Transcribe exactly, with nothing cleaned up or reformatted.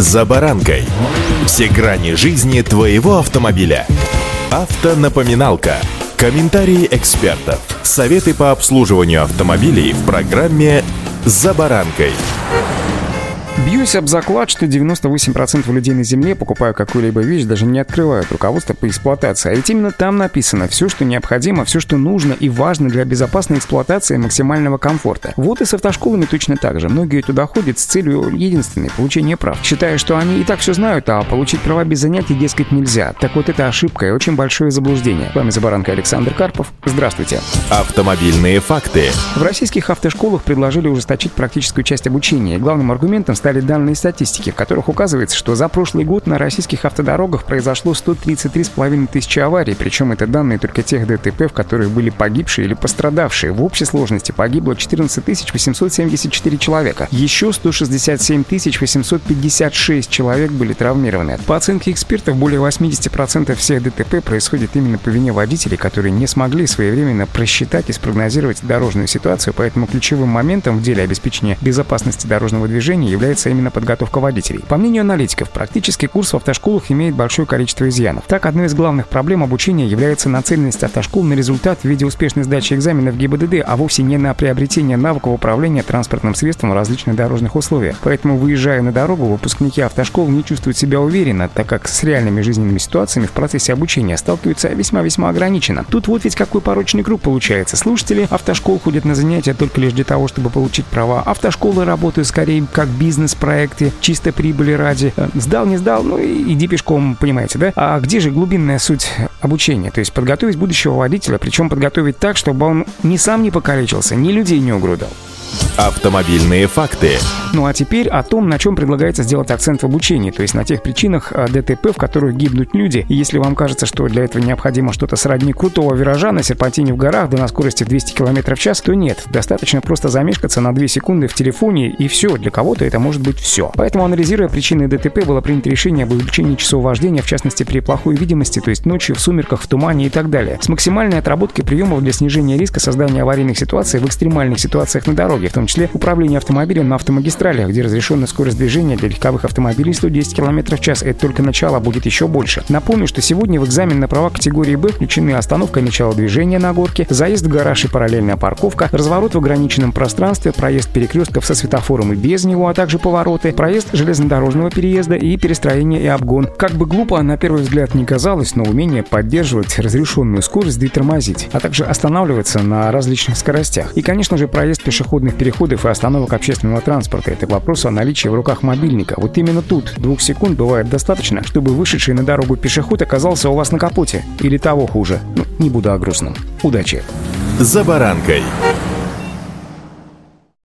«За баранкой». Все грани жизни твоего автомобиля. Автонапоминалка. Комментарии экспертов. Советы по обслуживанию автомобилей в программе «За баранкой». Бьюсь об заклад, что девяносто восемь процентов людей на Земле, покупая какую-либо вещь, даже не открывают руководство по эксплуатации. А ведь именно там написано все, что необходимо, все, что нужно и важно для безопасной эксплуатации и максимального комфорта. Вот и с автошколами точно так же. Многие туда ходят с целью единственной — получения прав, считая, что они и так все знают, а получить права без занятий, дескать, нельзя. Так вот, это ошибка и очень большое заблуждение. С вами «За баранкой» Александр Карпов. Здравствуйте. Автомобильные факты. В российских автошколах предложили ужесточить практическую часть обучения. Главным аргументом стали данные статистики, в которых указывается, что за прошлый год на российских автодорогах произошло сто тридцать три с половиной тысячи аварий, причем это данные только тех ДТП, в которых были погибшие или пострадавшие. В общей сложности погибло четырнадцать тысяч восемьсот семьдесят четыре человека. Еще сто шестьдесят семь тысяч восемьсот пятьдесят шесть человек были травмированы. По оценке экспертов, более восемьдесят процентов всех ДТП происходит именно по вине водителей, которые не смогли своевременно просчитать и спрогнозировать дорожную ситуацию, поэтому ключевым моментом в деле обеспечения безопасности дорожного движения является именно подготовка водителей. По мнению аналитиков, практический курс в автошколах имеет большое количество изъянов. Так, одной из главных проблем обучения является нацеленность автошкол на результат в виде успешной сдачи экзаменов ГИБДД, а вовсе не на приобретение навыков управления транспортным средством в различных дорожных условиях. Поэтому, выезжая на дорогу, выпускники автошкол не чувствуют себя уверенно, так как с реальными жизненными ситуациями в процессе обучения сталкиваются весьма-весьма ограниченно. Тут вот ведь какой порочный круг получается. Слушатели автошкол ходят на занятия только лишь для того, чтобы получить права. Автошколы работают скорее как бизнес-проекты, чисто прибыли ради. Сдал, не сдал, ну и иди пешком, понимаете, да? А где же глубинная суть обучения? То есть подготовить будущего водителя, причем подготовить так, чтобы он ни сам не покалечился, ни людей не угрудал. Автомобильные факты. Ну а теперь о том, на чем предлагается сделать акцент в обучении, то есть на тех причинах ДТП, в которых гибнут люди. И если вам кажется, что для этого необходимо что-то сродни крутого виража на серпантине в горах, да на скорости в двести километров в час, то нет. Достаточно просто замешкаться на две секунды в телефоне, и все. Для кого-то это может быть все. Поэтому, анализируя причины ДТП, было принято решение об увеличении часов вождения, в частности при плохой видимости, то есть ночью, в сумерках, в тумане и так далее. С максимальной отработкой приемов для снижения риска создания аварийных ситуаций в экстремальных ситуациях на дороге, в том числе управление автомобилем на автомагистралях, где разрешенная скорость движения для легковых автомобилей сто десять километров в час. Это только начало, будет еще больше. Напомню, что сегодня в экзамен на права категории Б включены остановка и начало движения на горке, заезд в гараж и параллельная парковка, разворот в ограниченном пространстве, проезд перекрестков со светофором и без него, а также повороты, проезд железнодорожного переезда и перестроение и обгон. Как бы глупо на первый взгляд не казалось, но умение поддерживать разрешенную скорость да и тормозить, а также останавливаться на различных скоростях. И, конечно же, проезд пешеходных переходов и остановок общественного транспорта. Это к вопросу о наличии в руках мобильника. Вот именно тут двух секунд бывает достаточно, чтобы вышедший на дорогу пешеход оказался у вас на капоте. Или того хуже. Ну, не буду о грустном. Удачи! «За баранкой».